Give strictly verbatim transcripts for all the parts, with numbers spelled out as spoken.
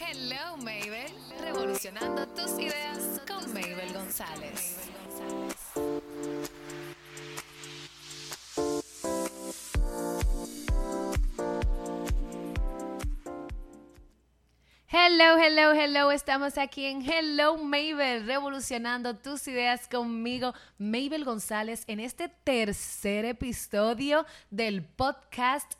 Hello, Mabel. Revolucionando tus ideas con Mabel González. Hello, hello, hello. Estamos aquí en Hello Mabel, revolucionando tus ideas conmigo, Mabel González, en este tercer episodio del Podcast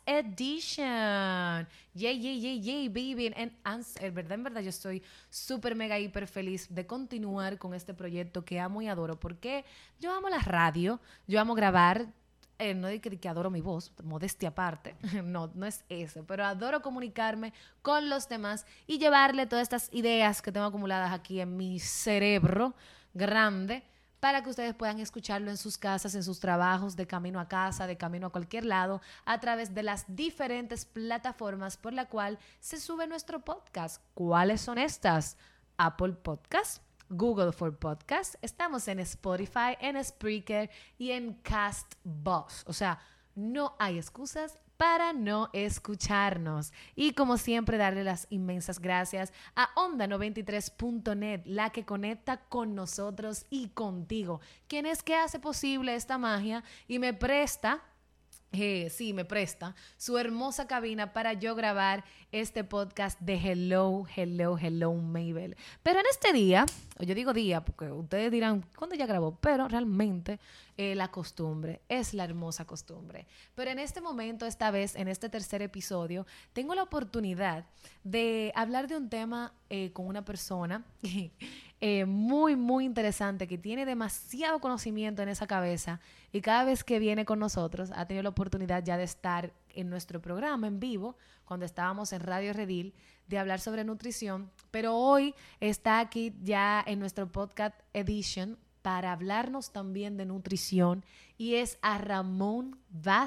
Edition. Yay, yay, yay, yay, baby. En, en verdad, en verdad, yo estoy súper, mega, hiper feliz de continuar con este proyecto que amo y adoro, porque yo amo la radio, yo amo grabar. Eh, no digo que, que adoro mi voz, modestia aparte, no, no es eso, pero adoro comunicarme con los demás y llevarle todas estas ideas que tengo acumuladas aquí en mi cerebro grande para que ustedes puedan escucharlo en sus casas, en sus trabajos, de camino a casa, de camino a cualquier lado, a través de las diferentes plataformas por la cual se sube nuestro podcast. ¿Cuáles son estas? Apple Podcast, Google for Podcast, estamos en Spotify, en Spreaker y en Castbox. O sea, no hay excusas para no escucharnos. Y como siempre, darle las inmensas gracias a Onda noventa y tres punto net, la que conecta con nosotros y contigo. Quien es que hace posible esta magia y me presta... Eh, sí, me presta su hermosa cabina para yo grabar este podcast de Hello, Hello, Hello Mabel. Pero en este día, o yo digo día porque ustedes dirán, ¿cuándo ya grabó? Pero realmente eh, la costumbre es la hermosa costumbre. Pero en este momento, esta vez, en este tercer episodio, tengo la oportunidad de hablar de un tema eh, con una persona eh, muy, muy interesante que tiene demasiado conocimiento en esa cabeza y cada vez que viene con nosotros ha tenido la oportunidad ya de estar en nuestro programa en vivo, cuando estábamos en Radio Redil, de hablar sobre nutrición, pero hoy está aquí ya en nuestro podcast edition para hablarnos también de nutrición y es a Ramón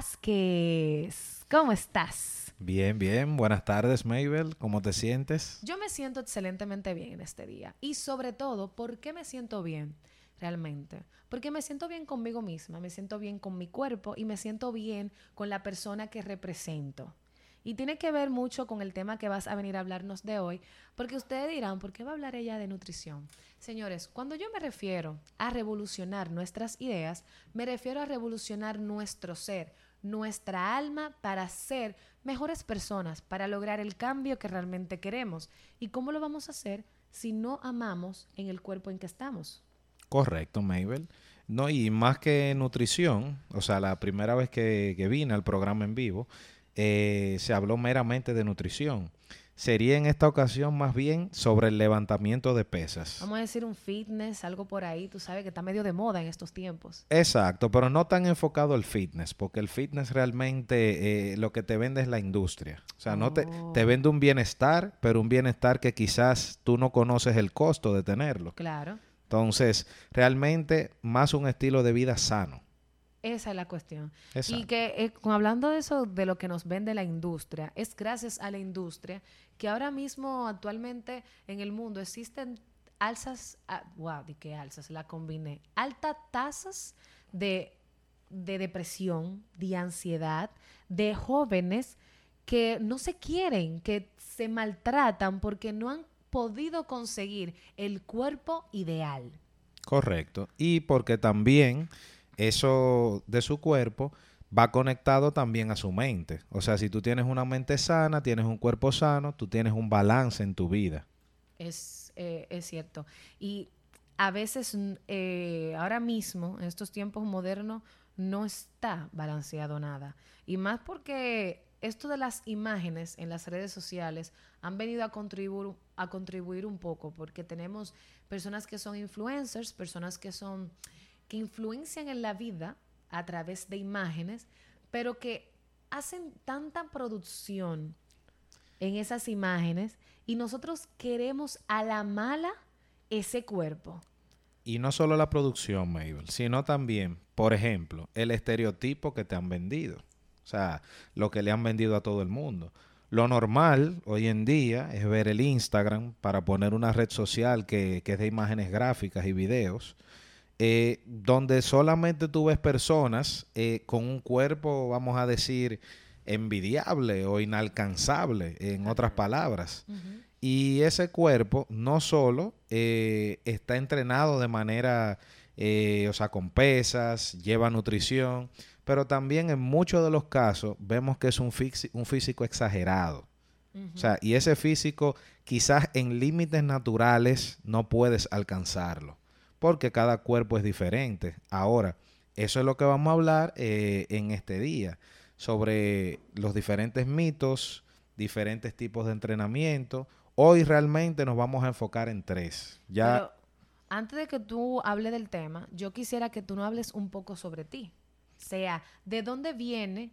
Vázquez. ¿Cómo estás? Bien, bien. Buenas tardes, Mabel. ¿Cómo te sientes? Yo me siento excelentemente bien en este día y sobre todo, ¿por qué me siento bien? Realmente, porque me siento bien conmigo misma, me siento bien con mi cuerpo y me siento bien con la persona que represento. Y tiene que ver mucho con el tema que vas a venir a hablarnos de hoy, porque ustedes dirán, ¿por qué va a hablar ella de nutrición? Señores, cuando yo me refiero a revolucionar nuestras ideas, me refiero a revolucionar nuestro ser, nuestra alma para ser mejores personas, para lograr el cambio que realmente queremos. ¿Y cómo lo vamos a hacer si no amamos en el cuerpo en que estamos? Correcto, Mabel. No, y más que nutrición, o sea, la primera vez que, que vine al programa en vivo, eh, se habló meramente de nutrición. Sería en esta ocasión más bien sobre el levantamiento de pesas. Vamos a decir un fitness, algo por ahí, tú sabes que está medio de moda en estos tiempos. Exacto, pero no tan enfocado al fitness, porque el fitness realmente eh, lo que te vende es la industria. O sea, Oh. no te, te vende un bienestar, pero un bienestar que quizás tú no conoces el costo de tenerlo. Claro. Entonces, realmente más un estilo de vida sano. Esa es la cuestión. Exacto. Y que eh, hablando de eso, de lo que nos vende la industria, es gracias a la industria que ahora mismo, actualmente, en el mundo existen alzas, ah, wow, ¿de qué alzas? La combiné. Altas tasas de, de depresión, de ansiedad, de jóvenes que no se quieren, que se maltratan porque no han podido conseguir el cuerpo ideal. Correcto. Y porque también eso de su cuerpo va conectado también a su mente. O sea, si tú tienes una mente sana, tienes un cuerpo sano, tú tienes un balance en tu vida. Es, eh, es cierto. Y a veces, eh, ahora mismo, en estos tiempos modernos, no está balanceado nada. Y más porque esto de las imágenes en las redes sociales han venido a contribuir, a contribuir un poco, porque tenemos personas que son influencers, personas que son que influencian en la vida a través de imágenes, pero que hacen tanta producción en esas imágenes y nosotros queremos a la mala ese cuerpo. Y no solo la producción, Mabel, sino también, por ejemplo, el estereotipo que te han vendido. O sea, lo que le han vendido a todo el mundo. Lo normal hoy en día es ver el Instagram para poner una red social que, que es de imágenes gráficas y videos, eh, donde solamente tú ves personas eh, con un cuerpo, vamos a decir, envidiable o inalcanzable, en otras palabras. Uh-huh. Y ese cuerpo no solo eh, está entrenado de manera, eh, o sea, con pesas, lleva nutrición, pero también en muchos de los casos vemos que es un, físico, un físico exagerado. Uh-huh. O sea, y ese físico quizás en límites naturales no puedes alcanzarlo, porque cada cuerpo es diferente. Ahora, eso es lo que vamos a hablar eh, en este día, sobre los diferentes mitos, diferentes tipos de entrenamiento. Hoy realmente nos vamos a enfocar en tres. Ya. Pero antes de que tú hables del tema, yo quisiera que tú nos hables un poco sobre ti. O sea, ¿de dónde viene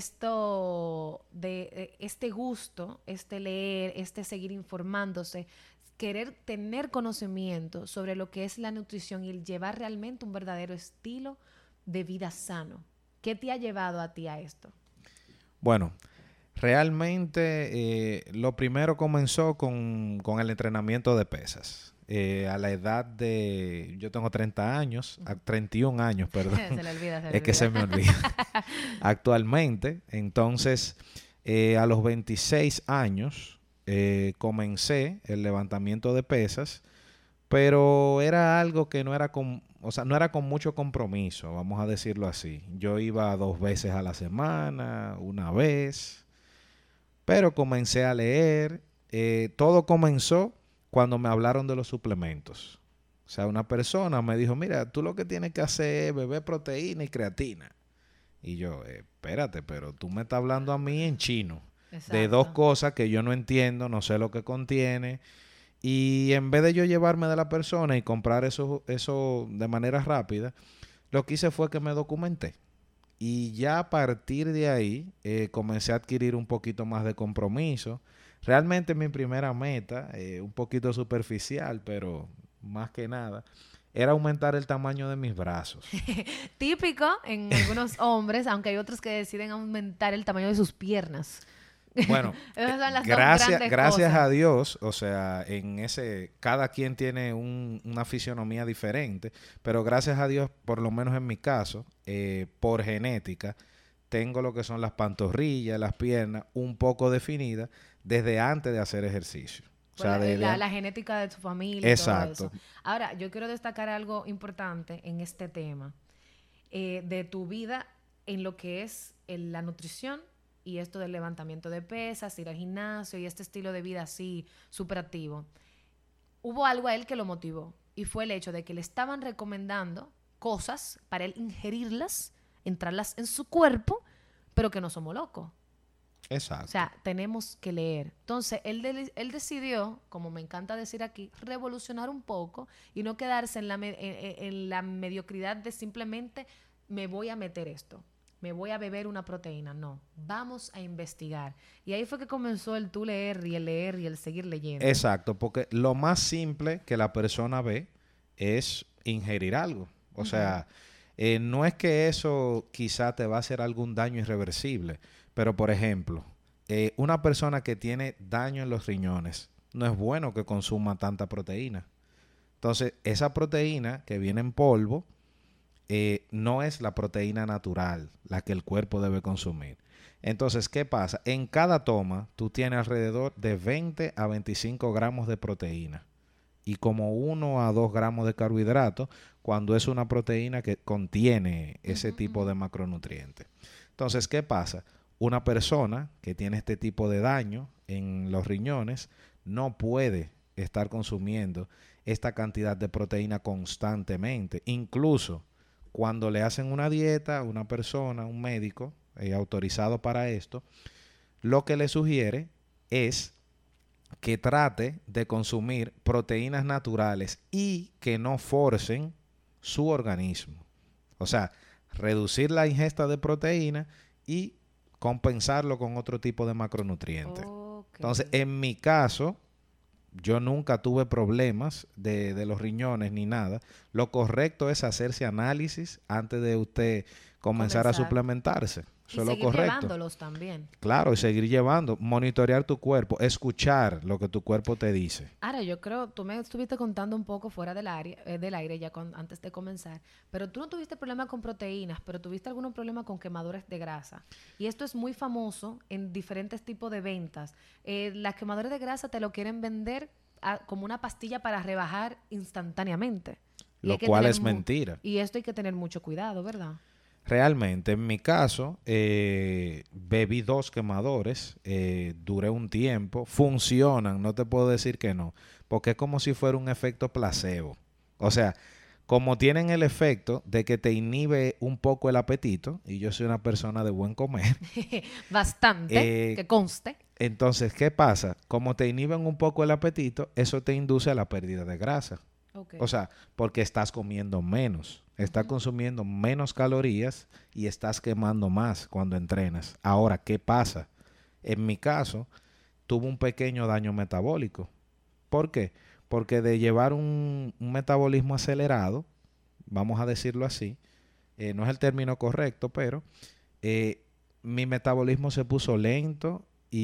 esto de este gusto, este leer, este seguir informándose, querer tener conocimiento sobre lo que es la nutrición y el llevar realmente un verdadero estilo de vida sano? ¿Qué te ha llevado a ti a esto? Bueno, realmente eh, lo primero comenzó con, con el entrenamiento de pesas. Eh, a la edad de... Yo tengo treinta años, a treinta y un años, perdón. Se le olvida, se le es que olvida. se me olvida. Actualmente, entonces, eh, a los veintiséis años eh, comencé el levantamiento de pesas, pero era algo que no era con, o sea, no era con mucho compromiso, vamos a decirlo así. Yo iba dos veces a la semana, una vez, pero comencé a leer. Eh, todo comenzó cuando me hablaron de los suplementos. O sea, una persona me dijo, mira, tú lo que tienes que hacer es beber proteína y creatina. Y yo, eh, espérate, pero tú me estás hablando a mí en chino. Exacto. De dos cosas que yo no entiendo, no sé lo que contiene. Y en vez de yo llevarme de la persona y comprar eso, eso de manera rápida, lo que hice fue que me documenté. Y ya a partir de ahí eh, comencé a adquirir un poquito más de compromiso. Realmente mi primera meta, eh, un poquito superficial, pero más que nada, era aumentar el tamaño de mis brazos. Típico en algunos hombres, aunque hay otros que deciden aumentar el tamaño de sus piernas. Bueno, gracias, gracias a Dios, o sea, en ese, cada quien tiene un, una fisionomía diferente, pero gracias a Dios, por lo menos en mi caso, eh, por genética, tengo lo que son las pantorrillas, las piernas, un poco definidas desde antes de hacer ejercicio. O sea, la, de, la, la genética de tu familia. Exacto. Y todo eso. Ahora, yo quiero destacar algo importante en este tema, eh, de tu vida en lo que es el, la nutrición y esto del levantamiento de pesas, ir al gimnasio y este estilo de vida así súper activo. Hubo algo a él que lo motivó y fue el hecho de que le estaban recomendando cosas para él ingerirlas, entrarlas en su cuerpo, pero que no somos locos. Exacto. O sea, tenemos que leer. Entonces, él, de, él decidió, como me encanta decir aquí, revolucionar un poco y no quedarse en la, me, en, en la mediocridad de simplemente me voy a meter esto, me voy a beber una proteína. No, vamos a investigar. Y ahí fue que comenzó el tú leer y el leer y el seguir leyendo. Exacto, porque lo más simple que la persona ve es ingerir algo. O uh-huh. sea, eh, no es que eso quizá te va a hacer algún daño irreversible, pero por ejemplo, eh, una persona que tiene daño en los riñones, no es bueno que consuma tanta proteína. Entonces, esa proteína que viene en polvo, Eh, no es la proteína natural la que el cuerpo debe consumir. Entonces, ¿qué pasa? En cada toma tú tienes alrededor de veinte a veinticinco gramos de proteína y como uno a dos gramos de carbohidratos cuando es una proteína que contiene ese uh-huh. tipo de macronutrientes. Entonces, ¿qué pasa? Una persona que tiene este tipo de daño en los riñones no puede estar consumiendo esta cantidad de proteína constantemente. Incluso cuando le hacen una dieta a una persona, un médico eh, autorizado para esto, lo que le sugiere es que trate de consumir proteínas naturales y que no forcen su organismo. O sea, reducir la ingesta de proteína y compensarlo con otro tipo de macronutrientes. Okay. Entonces, en mi caso, yo nunca tuve problemas de, de los riñones ni nada. Lo correcto es hacerse análisis antes de usted comenzar, comenzar. a suplementarse. Eso y es lo seguir correcto. llevándolos también. Claro, y seguir llevando, monitorear tu cuerpo, escuchar lo que tu cuerpo te dice. Ahora, yo creo, tú me estuviste contando un poco fuera del aire, eh, del aire ya con, antes de comenzar, pero tú no tuviste problemas con proteínas, pero tuviste algunos problemas con quemadores de grasa. Y esto es muy famoso en diferentes tipos de ventas. Eh, las quemadores de grasa te lo quieren vender a- como una pastilla para rebajar instantáneamente. Y Lo hay que cual tener es mu- mentira. Y esto hay que tener mucho cuidado, ¿verdad? Realmente, en mi caso, eh, bebí dos quemadores, eh, duré un tiempo, funcionan, no te puedo decir que no, porque es como si fuera un efecto placebo. O sea, como tienen el efecto de que te inhibe un poco el apetito, y yo soy una persona de buen comer, Bastante, eh, que conste. entonces, ¿qué pasa? Como te inhiben un poco el apetito, eso te induce a la pérdida de grasa. Ok. O sea, porque estás comiendo menos, estás Ujú. consumiendo menos calorías y estás quemando más cuando entrenas. Ahora, ¿qué pasa? En mi caso, tuve un pequeño daño metabólico. ¿Por qué? Porque de llevar un, un metabolismo acelerado, vamos a decirlo así, eh, no es el término correcto, pero eh, mi metabolismo se puso lento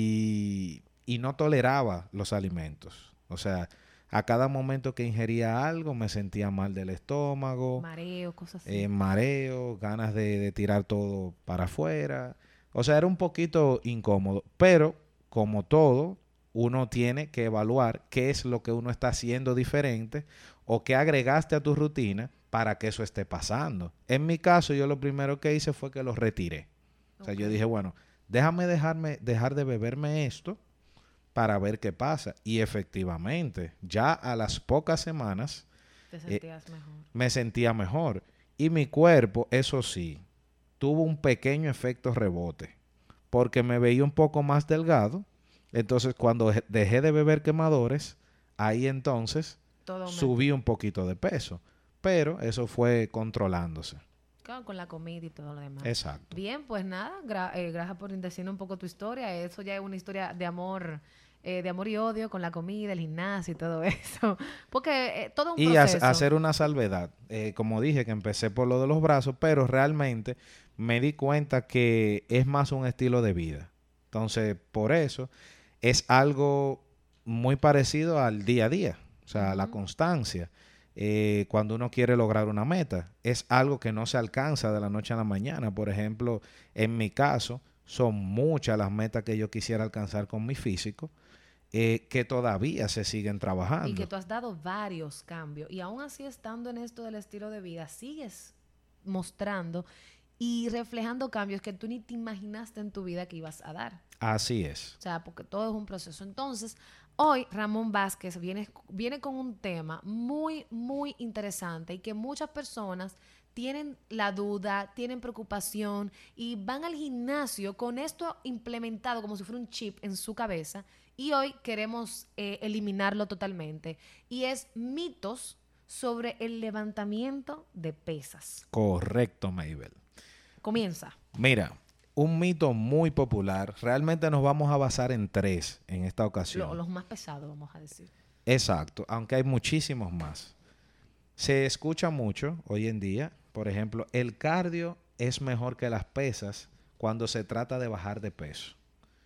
y, y no toleraba los alimentos. O sea, a cada momento que ingería algo me sentía mal del estómago, Mareo, cosas eh, así. mareo, ganas de, de tirar todo para afuera. O sea, era un poquito incómodo, pero como todo, uno tiene que evaluar qué es lo que uno está haciendo diferente o qué agregaste a tu rutina para que eso esté pasando. En mi caso, yo lo primero que hice fue que lo retiré. O sea, Ok. yo dije, bueno, déjame dejarme, dejar de beberme esto para ver qué pasa. Y efectivamente, ya a las pocas semanas Te eh, sentías mejor. me sentía mejor. Y mi cuerpo, eso sí, tuvo un pequeño efecto rebote, porque me veía un poco más delgado. Entonces, cuando je- dejé de beber quemadores, ahí entonces Todo aumentó. subí un poquito de peso. Pero eso fue controlándose. Claro, con la comida y todo lo demás. Exacto. Bien, pues nada, gra- eh, gracias por decirnos un poco tu historia. Eso ya es una historia de amor, eh, de amor y odio con la comida, el gimnasio y todo eso. Porque eh, todo un Y hac- proceso. hacer una salvedad. Eh, como dije, que empecé por lo de los brazos, pero realmente me di cuenta que es más un estilo de vida. Entonces, por eso es algo muy parecido al día a día, o sea, la Ujú. constancia. Eh, cuando uno quiere lograr una meta, es algo que no se alcanza de la noche a la mañana. Por ejemplo, en mi caso, son muchas las metas que yo quisiera alcanzar con mi físico, eh, que todavía se siguen Y que trabajando. tú has dado varios cambios. Y aún así, estando en esto del estilo de vida, sigues mostrando y reflejando cambios que tú ni te imaginaste en tu vida que ibas a dar. Así es. O sea, porque todo es un proceso. Entonces, hoy Ramón Vázquez viene, viene con un tema muy, muy interesante y que muchas personas tienen la duda, tienen preocupación y van al gimnasio con esto implementado como si fuera un chip en su cabeza y hoy queremos eh, eliminarlo totalmente. Y es mitos sobre el levantamiento de pesas. Correcto, Mabel. Comienza. Mira, un mito muy popular. Realmente nos vamos a basar en tres en esta ocasión. Lo- los más pesados, vamos a decir. Exacto, aunque hay muchísimos más. Se escucha mucho hoy en día, por ejemplo, el cardio es mejor que las pesas cuando se trata de bajar de peso.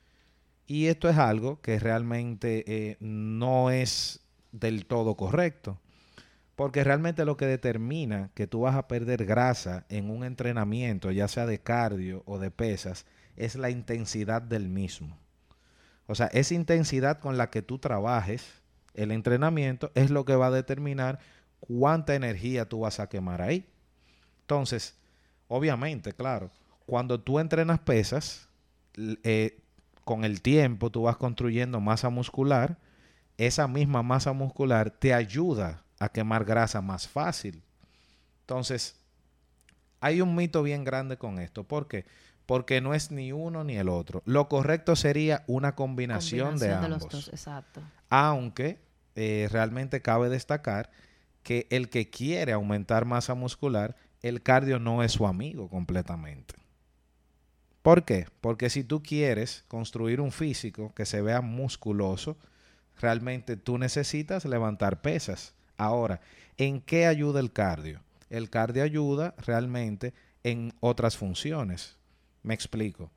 Y esto es algo que realmente eh, no es del todo correcto. Porque realmente lo que determina que tú vas a perder grasa en un entrenamiento, ya sea de cardio o de pesas, es la intensidad del mismo. O sea, esa intensidad con la que tú trabajes el entrenamiento es lo que va a determinar cuánta energía tú vas a quemar ahí. Entonces, obviamente, claro, cuando tú entrenas pesas, l- eh, con el tiempo tú vas construyendo masa muscular. Esa misma masa muscular te ayuda a quemar grasa más fácil. Entonces, hay un mito bien grande con esto. ¿Por qué? Porque no es ni uno ni el otro. Lo correcto sería una combinación, de Combinación de los ambos. dos, exacto. Aunque eh, realmente cabe destacar que el que quiere aumentar masa muscular, el cardio no es su amigo completamente. ¿Por qué? Porque si tú quieres construir un físico que se vea musculoso, realmente tú necesitas levantar pesas. Ahora, ¿en qué ayuda el cardio? El cardio ayuda realmente en otras funciones. Me explico.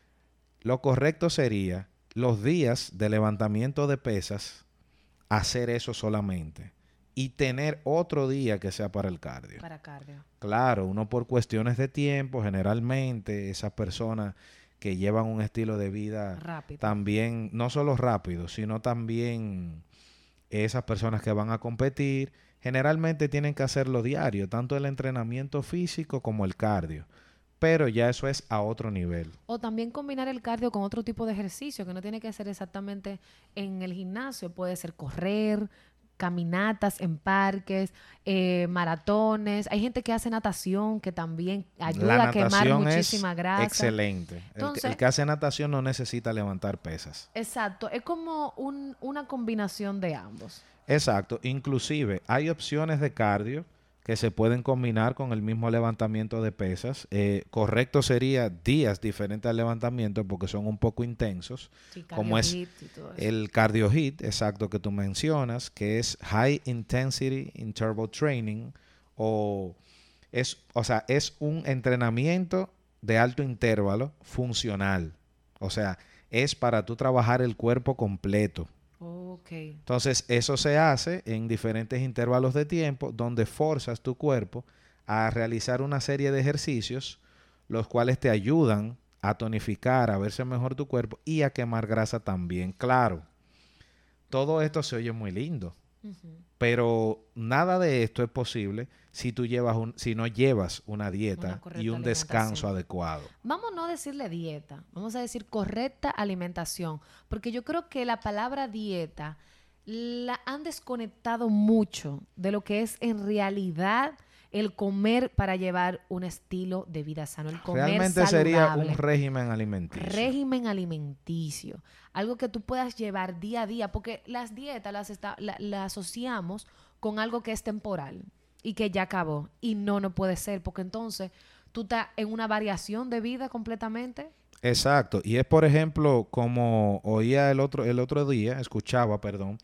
Lo correcto sería los días de levantamiento de pesas, hacer eso solamente. Y tener otro día que sea para el cardio. Para cardio. Claro, uno por cuestiones de tiempo, generalmente esas personas que llevan un estilo de vida rápido. También, no solo rápido, sino también esas personas que van a competir, generalmente tienen que hacerlo diario, tanto el entrenamiento físico como el cardio. Pero ya eso es a otro nivel. O también combinar el cardio con otro tipo de ejercicio, que no tiene que ser exactamente en el gimnasio. Puede ser correr, caminatas en parques, eh, maratones. Hay gente que hace natación que también ayuda a quemar muchísima grasa. Excelente. Entonces, el, que, el que hace natación no necesita levantar pesas. Exacto. Es como un, una combinación de ambos. Exacto. Inclusive hay opciones de cardio que se pueden combinar con el mismo levantamiento de pesas. Eh, correcto sería días diferentes al levantamiento porque son un poco intensos, sí, como es el cardio hit, exacto, que tú mencionas, que es High Intensity Interval Training, o es, o sea, es un entrenamiento de alto intervalo funcional. O sea, es para tú trabajar el cuerpo completo. Okay. Entonces, eso se hace en diferentes intervalos de tiempo donde forzas tu cuerpo a realizar una serie de ejercicios los cuales te ayudan a tonificar, a verse mejor tu cuerpo y a quemar grasa también. Claro, todo esto se oye muy lindo, uh-huh. pero nada de esto es posible si tú llevas un, si no llevas una dieta una y un descanso adecuado. Vamos a no decirle dieta, vamos a decir correcta alimentación, porque yo creo que la palabra dieta la han desconectado mucho de lo que es en realidad el comer para llevar un estilo de vida sano, el comer realmente saludable. Sería un régimen alimenticio. Régimen alimenticio, algo que tú puedas llevar día a día, porque las dietas las, está, la, las asociamos con algo que es temporal y que ya acabó, y no, no puede ser, porque entonces tú estás en una variación de vida completamente. Exacto, y es por ejemplo como oía el otro, el otro día, escuchaba, perdón,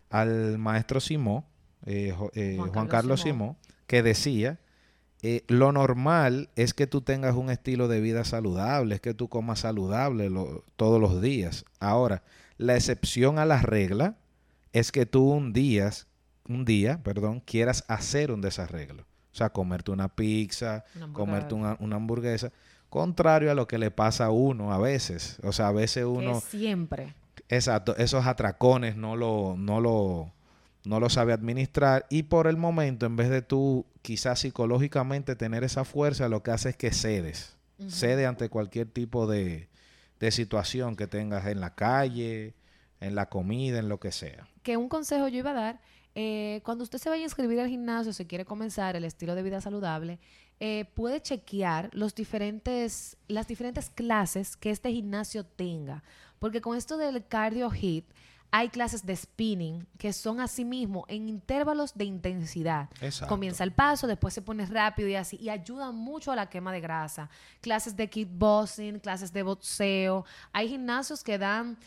al maestro Simó, eh, eh, Juan, Juan Carlos Simó, que decía, eh, lo normal es que tú tengas un estilo de vida saludable, es que tú comas saludable lo, todos los días. Ahora, la excepción a la regla es que tú un día, un día, perdón, quieras hacer un desarreglo. O sea, comerte una pizza, una comerte una, una hamburguesa, contrario a lo que le pasa a uno a veces. O sea, a veces uno... Que siempre. Exacto, esos atracones no lo... No lo no lo sabe administrar y por el momento, en vez de tú quizás psicológicamente tener esa fuerza, lo que hace es que cedes. Uh-huh. Cede ante cualquier tipo de, de situación que tengas en la calle, en la comida, en lo que sea. Que un consejo yo iba a dar, eh, cuando usted se vaya a inscribir al gimnasio, si quiere comenzar el estilo de vida saludable, eh, puede chequear los diferentes, las diferentes clases que este gimnasio tenga. Porque con esto del cardio hit, hay clases de spinning que son así mismo en intervalos de intensidad. Exacto. Comienza el paso, después se pone rápido y así. Y ayudan mucho a la quema de grasa. Clases de kickboxing, clases de boxeo. Hay gimnasios que dan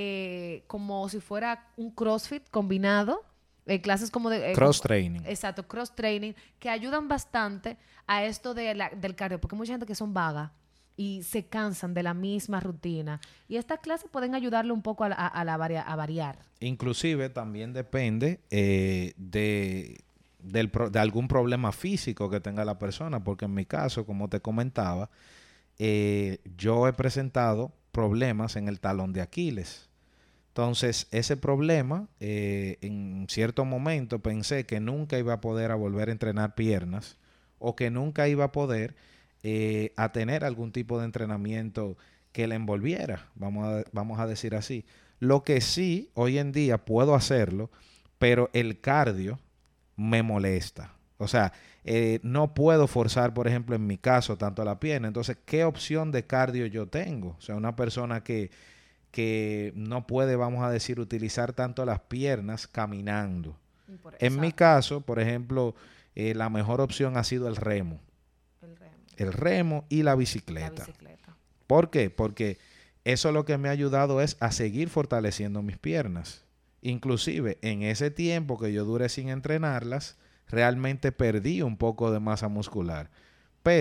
eh, como si fuera un CrossFit combinado. Eh, clases como de... Eh, cross training. Exacto, cross training. Que ayudan bastante a esto de la, del cardio. Porque hay mucha gente que son vagas y se cansan de la misma rutina. Y estas clases pueden ayudarle un poco a, a, a, la varia, a variar. Inclusive también depende eh, de, del pro, de algún problema físico que tenga la persona, porque en mi caso, como te comentaba, eh, yo he presentado problemas en el talón de Aquiles. Entonces, ese problema, eh, en cierto momento pensé que nunca iba a poder a volver a entrenar piernas o que nunca iba a poder Eh, a tener algún tipo de entrenamiento que le envolviera, vamos a, vamos a decir así. Lo que sí, hoy en día puedo hacerlo, pero el cardio me molesta. O sea, eh, no puedo forzar, por ejemplo, en mi caso, tanto la pierna. Entonces, ¿qué opción de cardio yo tengo? O sea, una persona que, que no puede, vamos a decir, utilizar tanto las piernas caminando. En mi caso, por ejemplo, eh, la mejor opción ha sido el remo. El remo y la bicicleta. la bicicleta. ¿Por qué? Porque eso lo que me ha ayudado es a seguir fortaleciendo mis piernas. Inclusive en ese tiempo que yo duré sin entrenarlas, realmente perdí un poco de masa muscular. Pero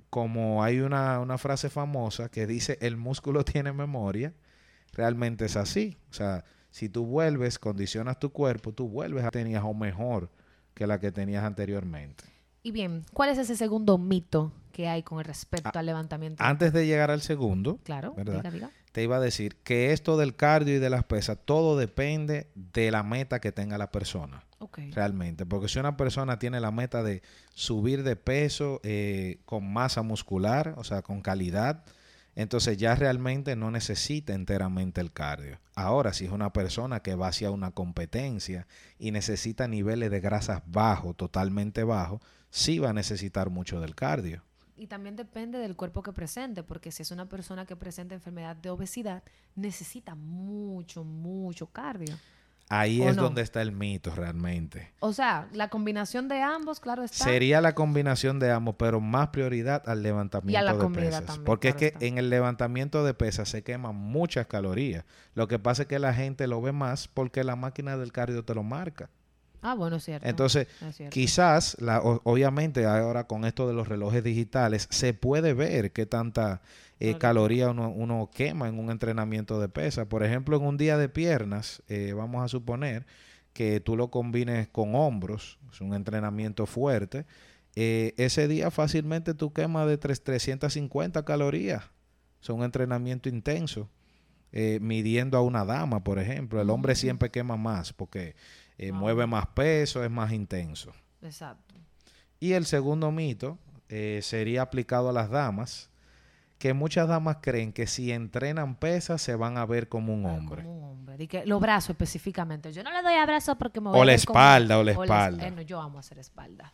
como hay una, una frase famosa que dice el músculo tiene memoria, realmente es así. O sea, si tú vuelves, condicionas tu cuerpo, tú vuelves a tener o mejor que la que tenías anteriormente. Y bien, ¿cuál es ese segundo mito que hay con respecto Ah, al levantamiento? Antes de llegar al segundo, Claro, ¿verdad? diga, diga. Te iba a decir que esto del cardio y de las pesas, todo depende de la meta que tenga la persona. Okay. Realmente. Porque si una persona tiene la meta de subir de peso eh, con masa muscular, o sea, con calidad, entonces ya realmente no necesita enteramente el cardio. Ahora, si es una persona que va hacia una competencia y necesita niveles de grasas bajos, totalmente bajos, sí va a necesitar mucho del cardio. Y también depende del cuerpo que presente, porque si es una persona que presenta enfermedad de obesidad, necesita mucho, mucho cardio. Ahí ¿O es no? donde está el mito realmente. O sea, la combinación de ambos, claro está. Sería la combinación de ambos, pero más prioridad al levantamiento Y a la de comida pesas. también, Porque claro es que está. en el levantamiento de pesas se queman muchas calorías. Lo que pasa es que la gente lo ve más porque la máquina del cardio te lo marca. Ah, bueno, es cierto. Entonces, es cierto. quizás, la, o- obviamente ahora con esto de los relojes digitales, se puede ver qué tanta eh, Claro. caloría uno, uno quema en un entrenamiento de pesa. Por ejemplo, en un día de piernas, eh, vamos a suponer que tú lo combines con hombros, es un entrenamiento fuerte, eh, ese día fácilmente tú quemas de tres- trescientas cincuenta calorías. Es un entrenamiento intenso. Eh, midiendo a una dama, por ejemplo. El hombre Ujú. siempre quema más porque eh, Ah, mueve bueno. más peso, es más intenso. Exacto. Y el segundo mito eh, sería aplicado a las damas, que muchas damas creen que si entrenan pesas se van a ver como un Ah, hombre. como un hombre. Di que los brazos específicamente. Yo no le doy abrazo porque me voy O a la ver como- espalda, o la o espalda. eh, no, yo amo hacer espalda.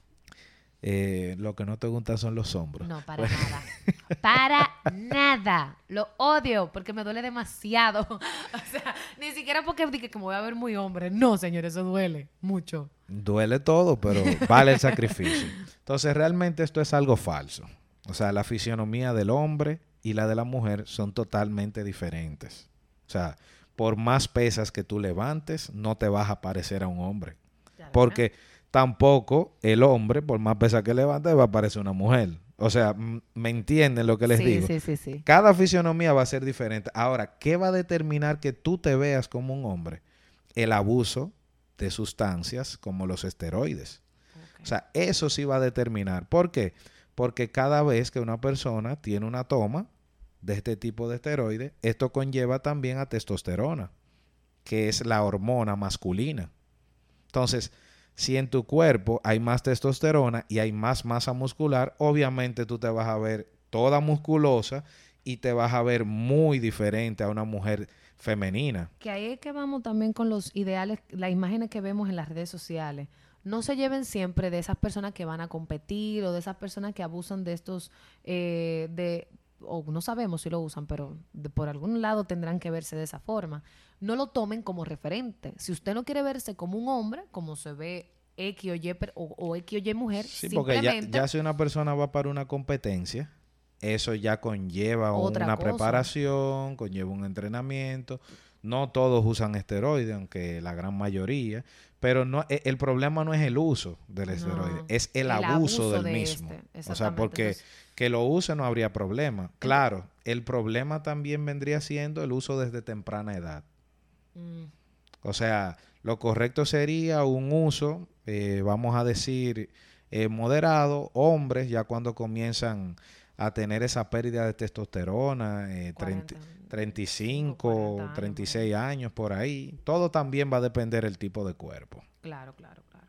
Eh, lo que no te gusta son los hombros. No, para nada. Para nada. Lo odio porque me duele demasiado. O sea, ni siquiera porque dije que me voy a ver muy hombre. No, señor, eso duele mucho. Duele todo, pero vale el sacrificio. Entonces, realmente esto es algo falso. O sea, la fisionomía del hombre y la de la mujer son totalmente diferentes. O sea, por más pesas que tú levantes, no te vas a parecer a un hombre. Ya, Porque tampoco el hombre, por más pesas que levante, va a parecer una mujer. O sea, m- ¿me entienden lo que les sí, digo? Sí, sí, sí. Cada fisionomía va a ser diferente. Ahora, ¿qué va a determinar que tú te veas como un hombre? El abuso de sustancias como los esteroides. Okay. O sea, eso sí va a determinar. ¿Por qué? Porque cada vez que una persona tiene una toma de este tipo de esteroides, esto conlleva también a testosterona, que es la hormona masculina. Entonces, si en tu cuerpo hay más testosterona y hay más masa muscular, obviamente tú te vas a ver toda musculosa y te vas a ver muy diferente a una mujer femenina. Que ahí es que vamos también con los ideales, las imágenes que vemos en las redes sociales. No se lleven siempre de esas personas que van a competir o de esas personas que abusan de estos, eh, de, o no sabemos si lo usan, pero de, por algún lado tendrán que verse de esa forma. No lo tomen como referente. Si usted no quiere verse como un hombre, como se ve X o Y, per- o, o X o Y mujer, Sí, porque ya, simplemente ya si una persona va para una competencia, eso ya conlleva Otra una cosa. preparación, conlleva un entrenamiento. No todos usan esteroides, aunque la gran mayoría. Pero no, e- el problema no es el uso del No, esteroide, es el, el abuso, abuso del de mismo. este, O sea, exactamente. porque Entonces- que lo use no habría problema. Claro, el problema también vendría siendo el uso desde temprana edad. Mm, O sea, lo correcto sería un uso, eh, vamos a decir, eh, moderado, hombres, ya cuando comienzan a tener esa pérdida de testosterona, eh, treinta, cuarenta, treinta y cinco, cuarenta años, treinta y por seis años por ahí. Todo también va a depender del tipo de cuerpo. Claro, claro, claro.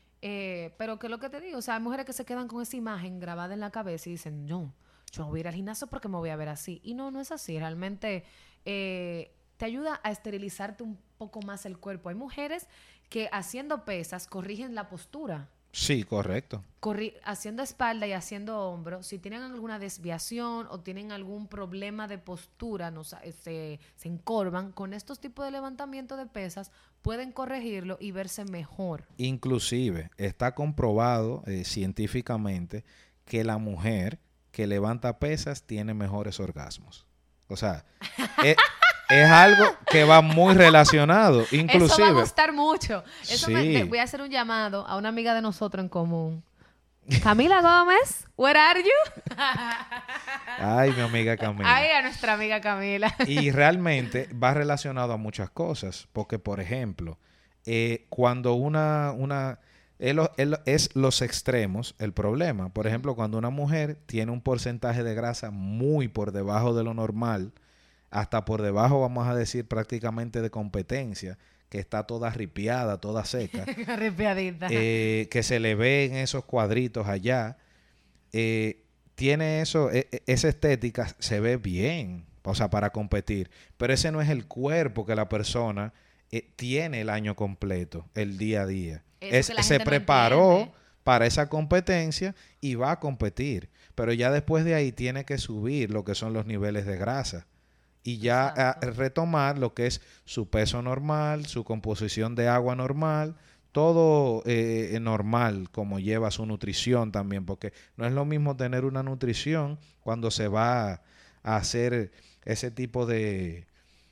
Eh, pero que lo que te digo, o sea, hay mujeres que se quedan con esa imagen grabada en la cabeza y dicen, no, yo no voy a ir al gimnasio porque me voy a ver así. Y no, no es así. Realmente eh, te ayuda a esterilizarte un poco más el cuerpo. Hay mujeres que haciendo pesas corrigen la postura. Sí, correcto. Corri- haciendo espalda y haciendo hombro, si tienen alguna desviación o tienen algún problema de postura, no, sa- se, se encorvan, con estos tipos de levantamiento de pesas pueden corregirlo y verse mejor. Inclusive está comprobado eh, científicamente que la mujer que levanta pesas tiene mejores orgasmos. O sea, es, es algo que va muy relacionado. Inclusive, Eso va a gustar mucho. Eso me- Sí. le- voy a hacer un llamado a una amiga de nosotros en común. Camila Gómez, where are you? Ay, mi amiga Camila. Ay, a nuestra amiga Camila. Y realmente va relacionado a muchas cosas. Porque, por ejemplo, eh, cuando una... una es, lo, es, lo, es los extremos el problema. Por ejemplo, cuando una mujer tiene un porcentaje de grasa muy por debajo de lo normal, hasta por debajo, vamos a decir, prácticamente de competencia, que está toda ripiada, toda seca, Ripiadita. eh, que se le ven esos cuadritos allá, eh, tiene eso, e, esa estética se ve bien, o sea, para competir, pero ese no es el cuerpo que la persona eh, tiene el año completo, el día a día. Es, se preparó no para esa competencia y va a competir, pero ya después de ahí tiene que subir lo que son los niveles de grasa. Y ya a retomar lo que es su peso normal, su composición de agua normal, todo eh, normal, como lleva su nutrición también, porque no es lo mismo tener una nutrición cuando se va a hacer ese tipo de,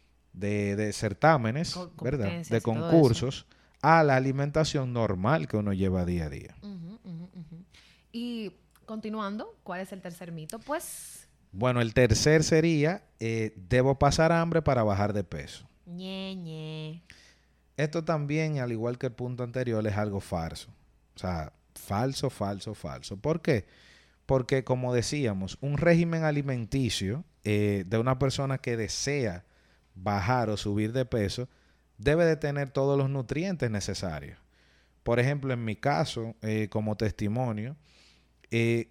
de, de certámenes, ¿verdad? De concursos, a la alimentación normal que uno lleva día a día. Uh-huh, uh-huh, uh-huh. Y continuando, ¿cuál es el tercer mito? Pues... Bueno, el tercer sería, eh, debo pasar hambre para bajar de peso. Ñe, ñe. Esto también, al igual que el punto anterior, es algo falso. O sea, falso, falso, falso. ¿Por qué? Porque, como decíamos, un régimen alimenticio eh, de una persona que desea bajar o subir de peso debe de tener todos los nutrientes necesarios. Por ejemplo, en mi caso, eh, como testimonio, eh,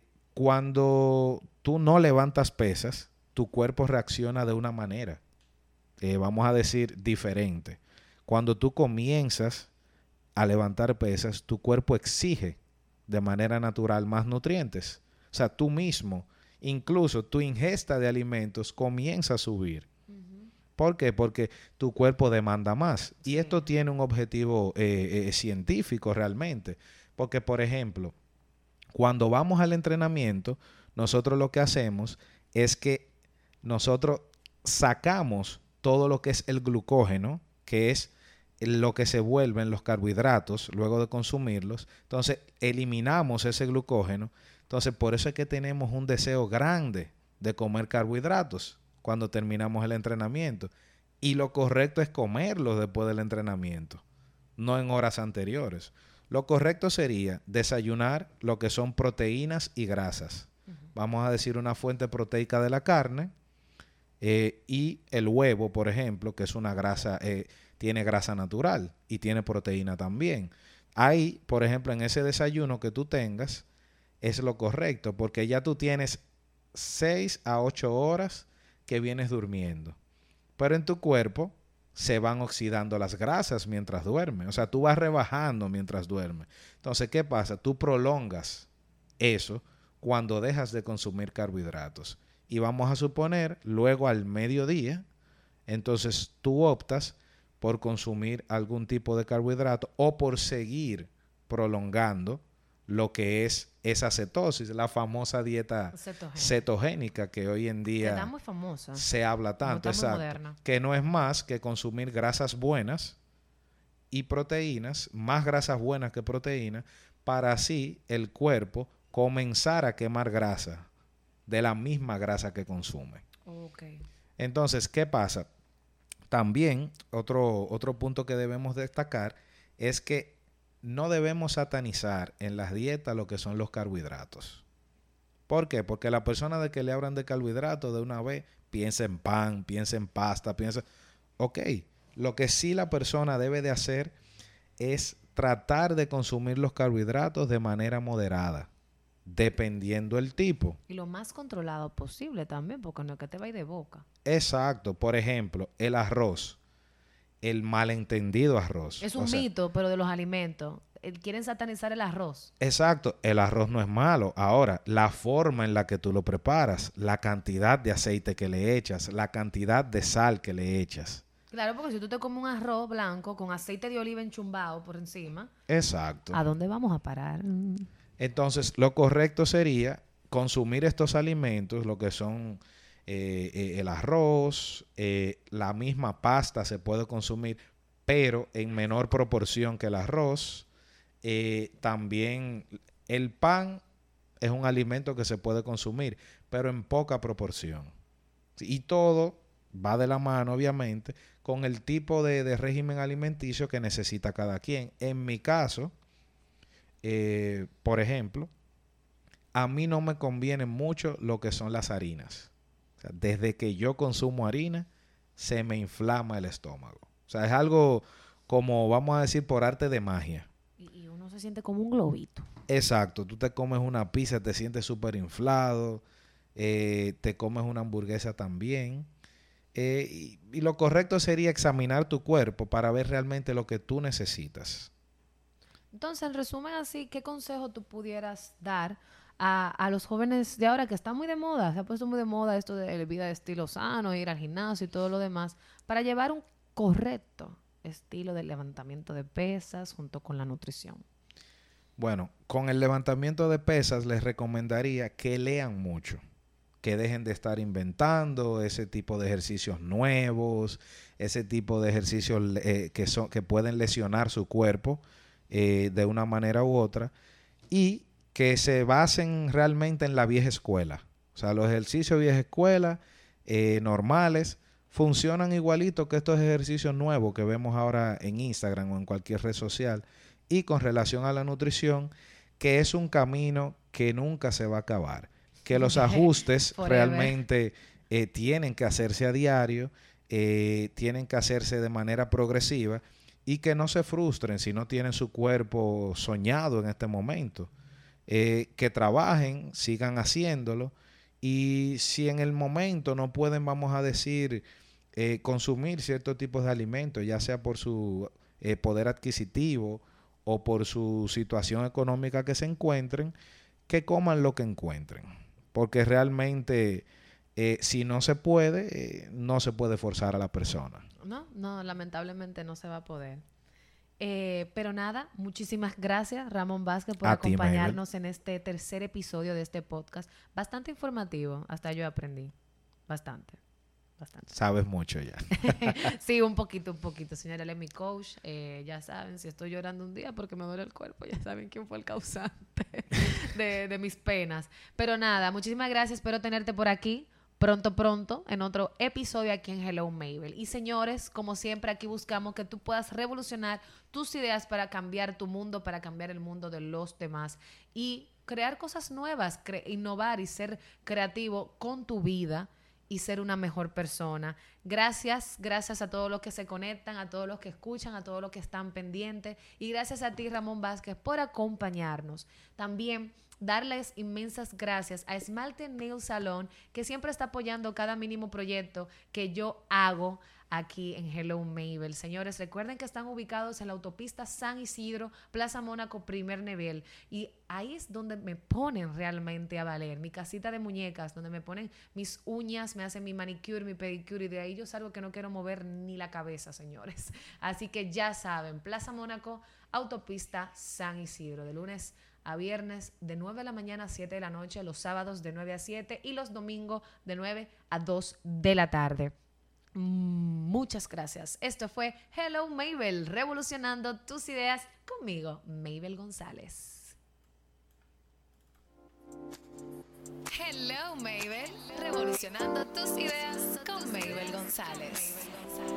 cuando tú no levantas pesas, tu cuerpo reacciona de una manera, eh, vamos a decir, diferente. Cuando tú comienzas a levantar pesas, tu cuerpo exige de manera natural más nutrientes. O sea, tú mismo, incluso tu ingesta de alimentos comienza a subir. Uh-huh. ¿Por qué? Porque tu cuerpo demanda más. Sí. Y esto tiene un objetivo eh, eh, científico realmente. Porque, por ejemplo, cuando vamos al entrenamiento, nosotros lo que hacemos es que nosotros sacamos todo lo que es el glucógeno, que es lo que se vuelven los carbohidratos luego de consumirlos. Entonces, eliminamos ese glucógeno. Entonces, por eso es que tenemos un deseo grande de comer carbohidratos cuando terminamos el entrenamiento. Y lo correcto es comerlos después del entrenamiento, no en horas anteriores. Lo correcto sería desayunar lo que son proteínas y grasas. Uh-huh. Vamos a decir una fuente proteica de la carne eh, y el huevo, por ejemplo, que es una grasa, eh, tiene grasa natural y tiene proteína también. Ahí, por ejemplo, en ese desayuno que tú tengas, es lo correcto, porque ya tú tienes seis a ocho horas que vienes durmiendo. Pero en tu cuerpo se van oxidando las grasas mientras duermes. O sea, tú vas rebajando mientras duermes. Entonces, ¿qué pasa? Tú prolongas eso cuando dejas de consumir carbohidratos. Y vamos a suponer, luego al mediodía, entonces tú optas por consumir algún tipo de carbohidrato o por seguir prolongando lo que es esa cetosis, la famosa dieta cetogénica, cetogénica que hoy en día está muy famosa. Se habla tanto, está muy exacto, moderna. Que no es más que consumir grasas buenas y proteínas, más grasas buenas que proteínas, para así el cuerpo comenzar a quemar grasa de la misma grasa que consume. Okay. Entonces, ¿qué pasa? También otro, otro punto que debemos destacar es que no debemos satanizar en las dietas lo que son los carbohidratos. ¿Por qué? Porque la persona de que le hablan de carbohidratos de una vez piensa en pan, piensa en pasta, piensa... Ok, lo que sí la persona debe de hacer es tratar de consumir los carbohidratos de manera moderada, dependiendo el tipo. Y lo más controlado posible también, porque no es que te vaya de boca. Exacto. Por ejemplo, el arroz. El malentendido arroz. Es un o sea, mito, pero de los alimentos. Quieren satanizar el arroz. Exacto. El arroz no es malo. Ahora, la forma en la que tú lo preparas, la cantidad de aceite que le echas, la cantidad de sal que le echas. Claro, porque si tú te comes un arroz blanco con aceite de oliva enchumbado por encima. Exacto. ¿A dónde vamos a parar? Entonces, lo correcto sería consumir estos alimentos, lo que son eh, eh, el arroz, eh, la misma pasta se puede consumir, pero en menor proporción que el arroz. Eh, también el pan es un alimento que se puede consumir, pero en poca proporción. Y todo va de la mano, obviamente, con el tipo de, de régimen alimenticio que necesita cada quien. En mi caso, eh, por ejemplo, a mí no me conviene mucho lo que son las harinas. O sea, desde que yo consumo harina, se me inflama el estómago. O sea, es algo como, vamos a decir, por arte de magia. Y, y uno se siente como un globito. Exacto. Tú te comes una pizza, te sientes súper inflado. Eh, te comes una hamburguesa también. Eh, y, y lo correcto sería examinar tu cuerpo para ver realmente lo que tú necesitas. Entonces, en resumen así, ¿qué consejo tú pudieras dar a, a los jóvenes de ahora que está muy de moda? Se ha puesto muy de moda esto de vida de estilo sano, ir al gimnasio y todo lo demás, para llevar un correcto estilo de levantamiento de pesas junto con la nutrición. Bueno, con el levantamiento de pesas les recomendaría que lean mucho, que dejen de estar inventando ese tipo de ejercicios nuevos, ese tipo de ejercicios eh, que, son, que pueden lesionar su cuerpo eh, de una manera u otra, y que se basen realmente en la vieja escuela. O sea, los ejercicios vieja escuela eh, normales funcionan igualito que estos ejercicios nuevos que vemos ahora en Instagram o en cualquier red social. Y con relación a la nutrición, que es un camino que nunca se va a acabar, que los ajustes realmente eh, tienen que hacerse a diario, eh, tienen que hacerse de manera progresiva, y que no se frustren si no tienen su cuerpo soñado en este momento. Eh, que trabajen, sigan haciéndolo, y si en el momento no pueden, vamos a decir, eh, consumir ciertos tipos de alimentos, ya sea por su eh, poder adquisitivo o por su situación económica que se encuentren, que coman lo que encuentren. Porque realmente, eh, si no se puede, eh, no se puede forzar a la persona. No, no, lamentablemente no se va a poder. Eh, pero nada, muchísimas gracias, Ramón Vázquez, por A ti, acompañarnos Mabel. en este tercer episodio de este podcast. Bastante informativo, hasta yo aprendí. Bastante, bastante. Sabes mucho ya. Sí, un poquito, un poquito. Señora, él es mi coach. Eh, ya saben, si estoy llorando un día porque me duele el cuerpo, ya saben quién fue el causante de, de mis penas. Pero nada, muchísimas gracias. Espero tenerte por aquí pronto, pronto, en otro episodio aquí en Hello Mabel. Y señores, como siempre, aquí buscamos que tú puedas revolucionar tus ideas para cambiar tu mundo, para cambiar el mundo de los demás y crear cosas nuevas, cre- innovar y ser creativo con tu vida y ser una mejor persona. Gracias, gracias a todos los que se conectan, a todos los que escuchan, a todos los que están pendientes, y gracias a ti, Ramón Vázquez, por acompañarnos. También darles inmensas gracias a Esmalte Nail Salon, que siempre está apoyando cada mínimo proyecto que yo hago aquí en Hello Mabel. Señores, recuerden que están ubicados en la autopista San Isidro, Plaza Mónaco, primer nivel. Y ahí es donde me ponen realmente a valer. Mi casita de muñecas, donde me ponen mis uñas, me hacen mi manicure, mi pedicure. Y de ahí yo salgo que no quiero mover ni la cabeza, señores. Así que ya saben, Plaza Mónaco, autopista San Isidro. De lunes a viernes de nueve de la mañana a siete de la noche, los sábados de nueve a siete y los domingos de nueve a dos de la tarde. Muchas gracias. Esto fue Hello Mabel, revolucionando tus ideas conmigo, Mabel González. Hello Mabel, revolucionando tus ideas con Mabel González.